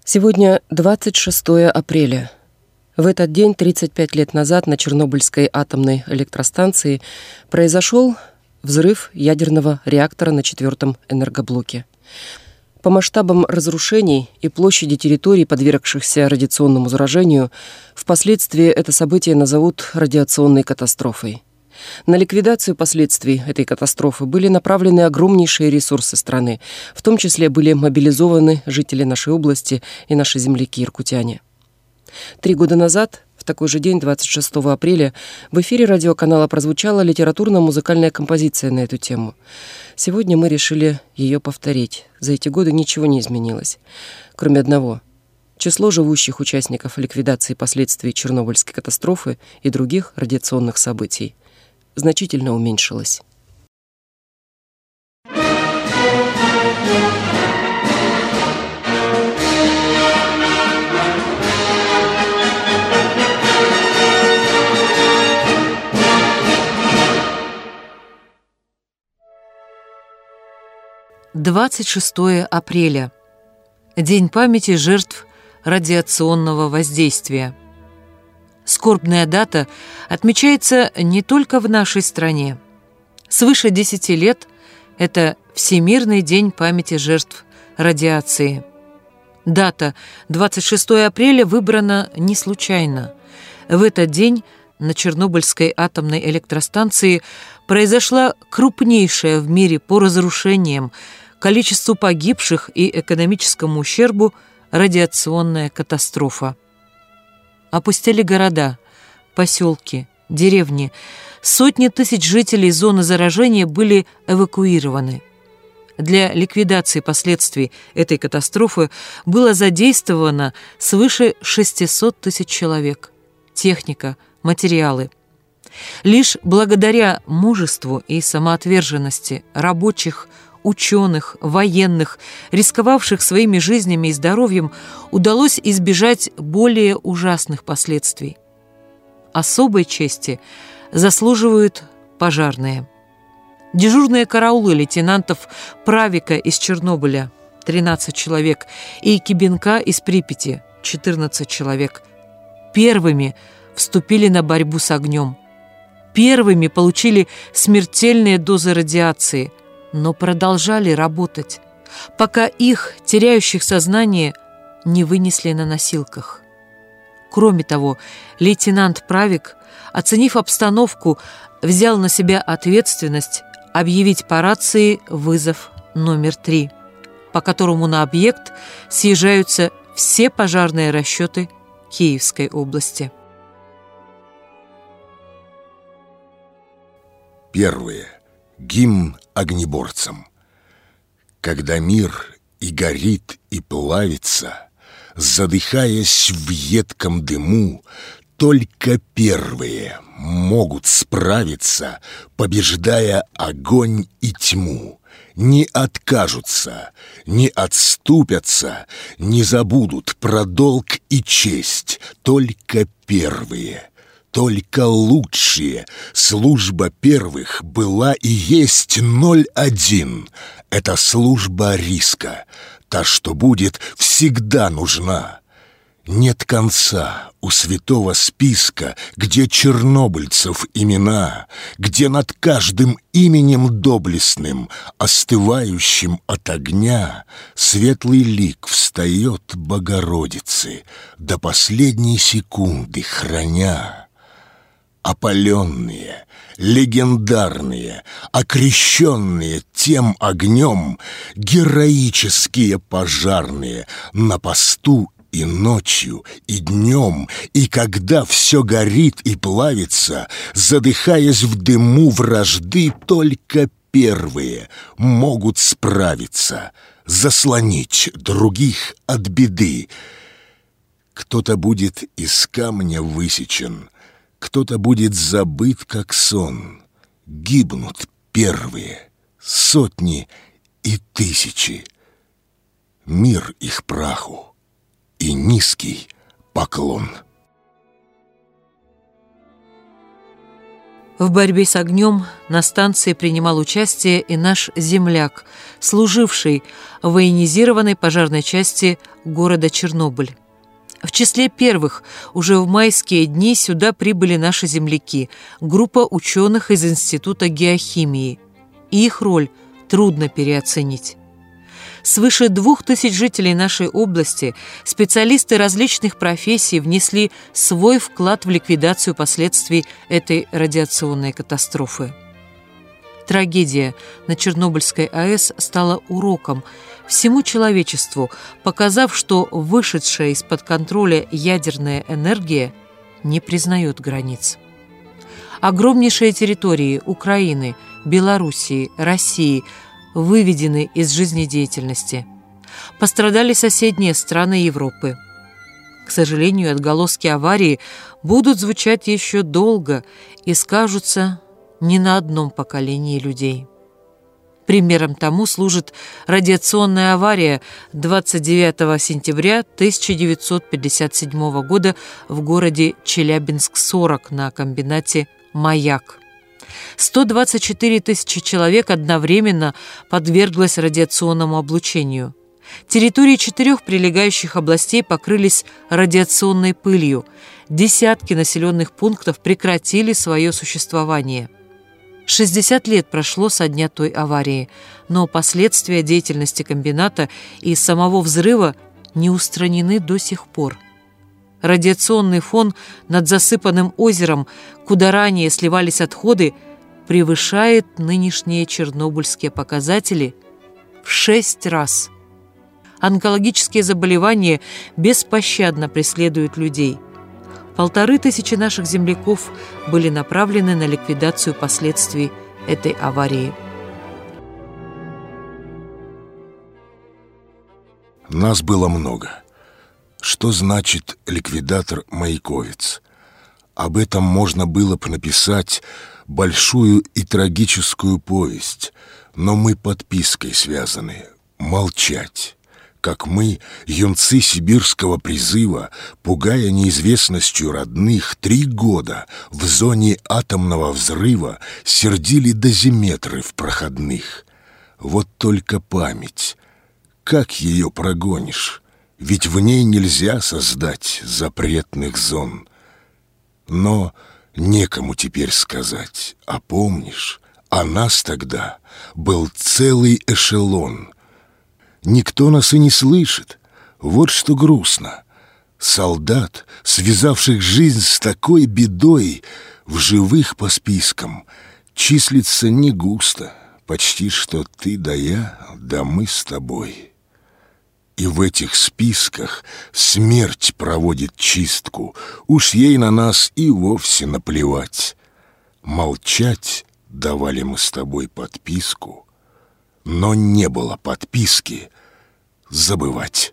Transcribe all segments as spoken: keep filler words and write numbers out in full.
Сегодня двадцать шестое апреля. В этот день, тридцать пять лет назад, на Чернобыльской атомной электростанции произошел взрыв ядерного реактора на четвертом энергоблоке. По масштабам разрушений и площади территорий, подвергшихся радиационному заражению, впоследствии это событие назовут радиационной катастрофой. На ликвидацию последствий этой катастрофы были направлены огромнейшие ресурсы страны, в том числе были мобилизованы жители нашей области и наши земляки-иркутяне. Три года назад, в такой же день, двадцать шестого апреля, в эфире радиоканала прозвучала литературно-музыкальная композиция на эту тему. Сегодня мы решили ее повторить. За эти годы ничего не изменилось, кроме одного. Число живущих участников ликвидации последствий Чернобыльской катастрофы и других радиационных событий значительно уменьшилось. двадцать шестое апреля. День памяти жертв радиационного воздействия. Скорбная дата отмечается не только в нашей стране. Свыше десяти лет это Всемирный день памяти жертв радиации. Дата двадцать шестое апреля выбрана не случайно. В этот день на Чернобыльской атомной электростанции произошла крупнейшая в мире по разрушениям, количеству погибших и экономическому ущербу радиационная катастрофа. Опустели города, поселки, деревни. Сотни тысяч жителей зоны заражения были эвакуированы. Для ликвидации последствий этой катастрофы было задействовано свыше шестисот тысяч человек. Техника, материалы. Лишь благодаря мужеству и самоотверженности рабочих, ученых, военных, рисковавших своими жизнями и здоровьем, удалось избежать более ужасных последствий. Особой чести заслуживают пожарные. Дежурные караулы лейтенантов Правика из Чернобыля – тринадцать человек, и Кибенка из Припяти – четырнадцать человек. Первыми вступили на борьбу с огнем. Первыми получили смертельные дозы радиации, но продолжали работать, пока их, теряющих сознание, не вынесли на носилках. Кроме того, лейтенант Правик, оценив обстановку, взял на себя ответственность объявить по рации вызов номер три, по которому на объект съезжаются все пожарные расчеты Киевской области. Первое. Гимн огнеборцам. Когда мир и горит, и плавится, задыхаясь в едком дыму, только первые могут справиться, побеждая огонь и тьму. Не откажутся, не отступятся, не забудут про долг и честь, только первые. Только лучшие. Служба первых была и есть ноль один. Это служба риска, та, что будет всегда нужна. Нет конца у святого списка, где чернобыльцев имена, где над каждым именем доблестным, остывающим от огня, светлый лик встает Богородицы, до последней секунды храня. Опаленные, легендарные, окрещенные тем огнем, героические пожарные на посту и ночью, и днем, и когда все горит и плавится, задыхаясь в дыму вражды, только первые могут справиться, заслонить других от беды. Кто-то будет из камня высечен, кто-то будет забыт, как сон. Гибнут первые, сотни и тысячи. Мир их праху и низкий поклон. В борьбе с огнем на станции принимал участие и наш земляк, служивший в военизированной пожарной части города Чернобыль. В числе первых уже в майские дни сюда прибыли наши земляки, группа ученых из Института геохимии. И их роль трудно переоценить. Свыше двух тысяч жителей нашей области, специалисты различных профессий внесли свой вклад в ликвидацию последствий этой радиационной катастрофы. Трагедия на Чернобыльской АЭС стала уроком всему человечеству, показав, что вышедшая из-под контроля ядерная энергия не признает границ. Огромнейшие территории Украины, Белоруссии, России выведены из жизнедеятельности. Пострадали соседние страны Европы. К сожалению, отголоски аварии будут звучать еще долго и скажутся не на одном поколении людей. Примером тому служит радиационная авария двадцать девятого сентября тысяча девятьсот пятьдесят седьмого года в городе Челябинск сорок на комбинате «Маяк». сто двадцать четыре тысячи человек одновременно подверглось радиационному облучению. Территории четырех прилегающих областей покрылись радиационной пылью. Десятки населенных пунктов прекратили свое существование. шестьдесят лет прошло со дня той аварии, но последствия деятельности комбината и самого взрыва не устранены до сих пор. Радиационный фон над засыпанным озером, куда ранее сливались отходы, превышает нынешние чернобыльские показатели в шесть раз. Онкологические заболевания беспощадно преследуют людей. Полторы тысячи наших земляков были направлены на ликвидацию последствий этой аварии. Нас было много. Что значит ликвидатор-маяковец? Об этом можно было бы написать большую и трагическую повесть, но мы подпиской связаны — молчать. Как мы, юнцы сибирского призыва, пугая неизвестностью родных, три года в зоне атомного взрыва сердили дозиметры в проходных. Вот только память. Как ее прогонишь? Ведь в ней нельзя создать запретных зон. Но некому теперь сказать, а помнишь, а нас тогда был целый эшелон. Никто нас и не слышит. Вот что грустно. Солдат, связавших жизнь с такой бедой, в живых по спискам числится не густо. Почти что ты да я, да мы с тобой. И в этих списках смерть проводит чистку. Уж ей на нас и вовсе наплевать. Молчать давали мы с тобой подписку, но не было подписки забывать.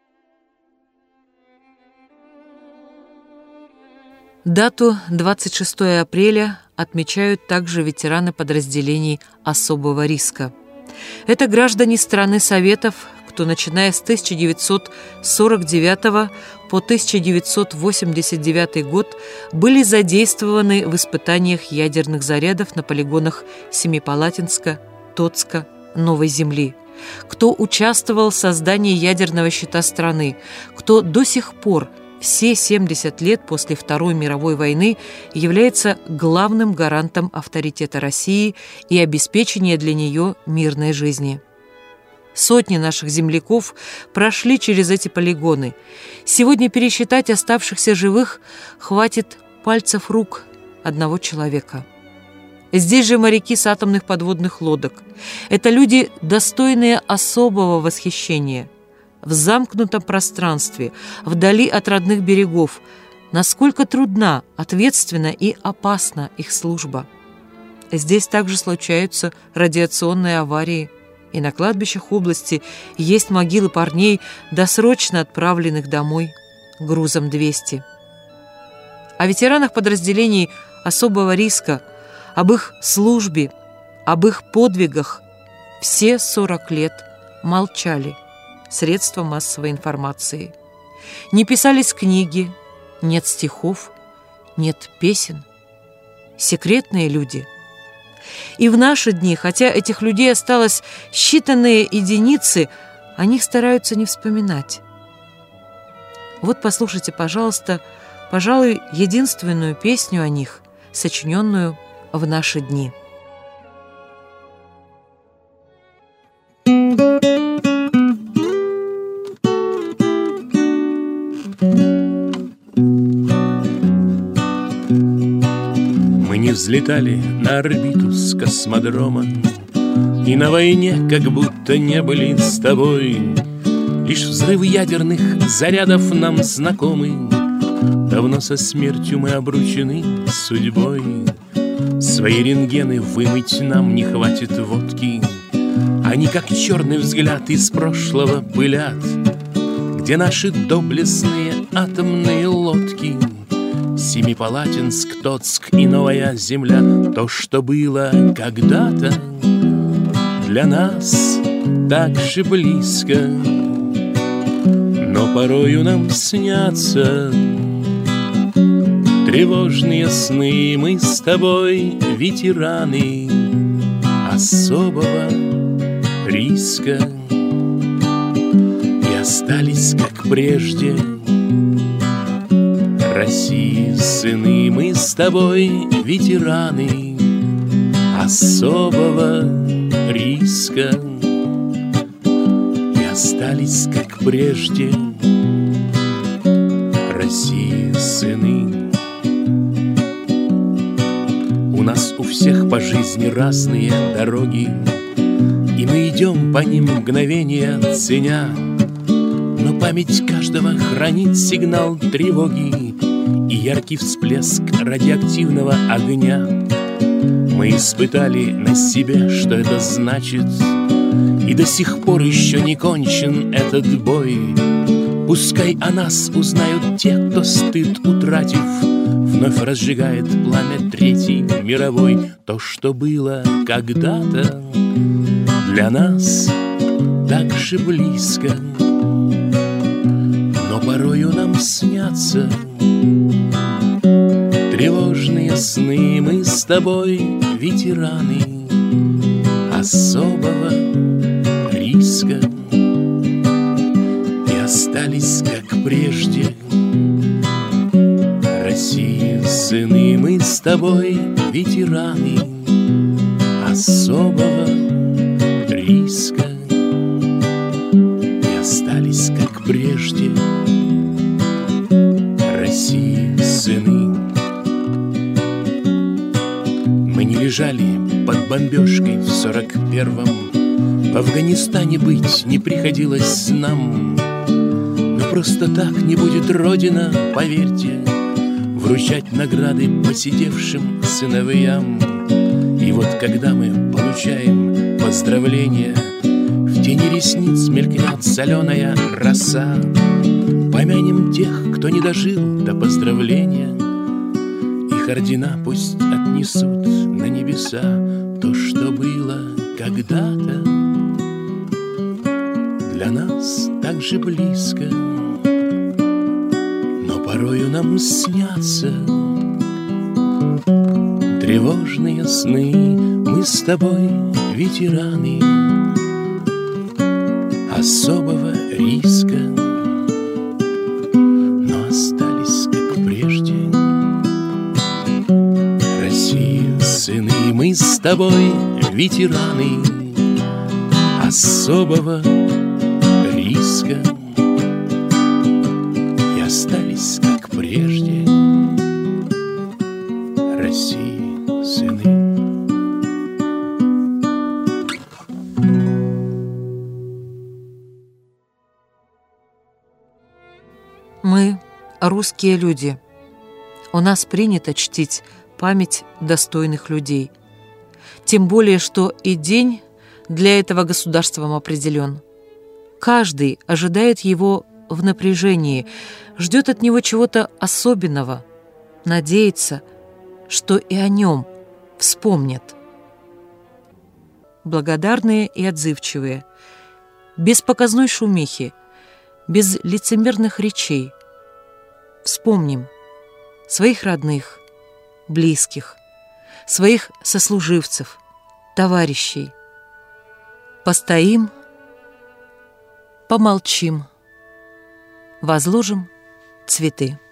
Дату двадцать шестое апреля отмечают также ветераны подразделений особого риска. Это граждане страны Советов, кто, начиная с тысяча девятьсот сорок девятого по тысяча девятьсот восемьдесят девятый год, были задействованы в испытаниях ядерных зарядов на полигонах Семипалатинска, Тоцка, Новой Земли, кто участвовал в создании ядерного щита страны, кто до сих пор все семьдесят лет после Второй мировой войны является главным гарантом авторитета России и обеспечения для нее мирной жизни. Сотни наших земляков прошли через эти полигоны. Сегодня пересчитать оставшихся живых хватит пальцев рук одного человека. Здесь же моряки с атомных подводных лодок. Это люди, достойные особого восхищения. В замкнутом пространстве, вдали от родных берегов, насколько трудна, ответственна и опасна их служба. Здесь также случаются радиационные аварии, и на кладбищах области есть могилы парней, досрочно отправленных домой грузом двести. О ветеранах подразделений особого риска, об их службе, об их подвигах все сорок лет молчали средства массовой информации. Не писались книги, нет стихов, нет песен. секретные люди. И в наши дни, хотя этих людей осталось считанные единицы, о них стараются не вспоминать. Вот послушайте, пожалуйста, пожалуй, единственную песню о них, сочиненную в наши дни. Мы не взлетали на орбиту с космодрома, и на войне как будто не были с тобой. Лишь взрывы ядерных зарядов нам знакомы. Давно со смертью мы обручены судьбой. Свои рентгены вымыть нам не хватит водки. Они, как черный взгляд, из прошлого пылят, где наши доблестные атомные лодки. Семипалатинск, Тоцк и Новая Земля. То, что было когда-то, для нас так же близко, но порою нам снятся тревожные сны. Мы с тобой ветераны особого риска, и остались, как прежде, России сыны. Мы с тобой ветераны особого риска, и остались, как прежде, России сыны. У нас у всех по жизни разные дороги, и мы идем по ним мгновения ценя. Но память каждого хранит сигнал тревоги и яркий всплеск радиоактивного огня. Мы испытали на себе, что это значит, и до сих пор еще не кончен этот бой. Пускай о нас узнают те, кто стыд утратив, вновь разжигает пламя Третьей мировой. То, что было когда-то, для нас так же близко, но порою нам снятся тревожные сны. Мы с тобой ветераны особого риска, и остались, как прежде, России сыны. Мы с тобой ветераны особого риска, и остались, как прежде, России сыны. Мы не лежали под бомбежкой в сорок первом, в Афганистане быть не приходилось нам. Но просто так не будет Родина, поверьте, вручать награды посидевшим сыновьям. И вот когда мы получаем поздравления, в тени ресниц мелькнет соленая роса. Помянем тех, кто не дожил до поздравления, их ордена пусть отнесут на небеса. То, что было когда-то, для нас так же близко, но порою нам снятся тревожные сны. Мы с тобой ветераны особого риска, но остались, как прежде, России сыны. Мы с тобой ветераны особого риска, и остались, как прежде, России сыны. Мы русские люди. У нас принято чтить память достойных людей. Тем более, что и день для этого государством определен. Каждый ожидает его в напряжении, ждет от него чего-то особенного, надеется, что и о нем вспомнят. Благодарные и отзывчивые, без показной шумихи, без лицемерных речей. Вспомним своих родных, близких, своих сослуживцев, товарищей. Постоим, помолчим, возложим цветы.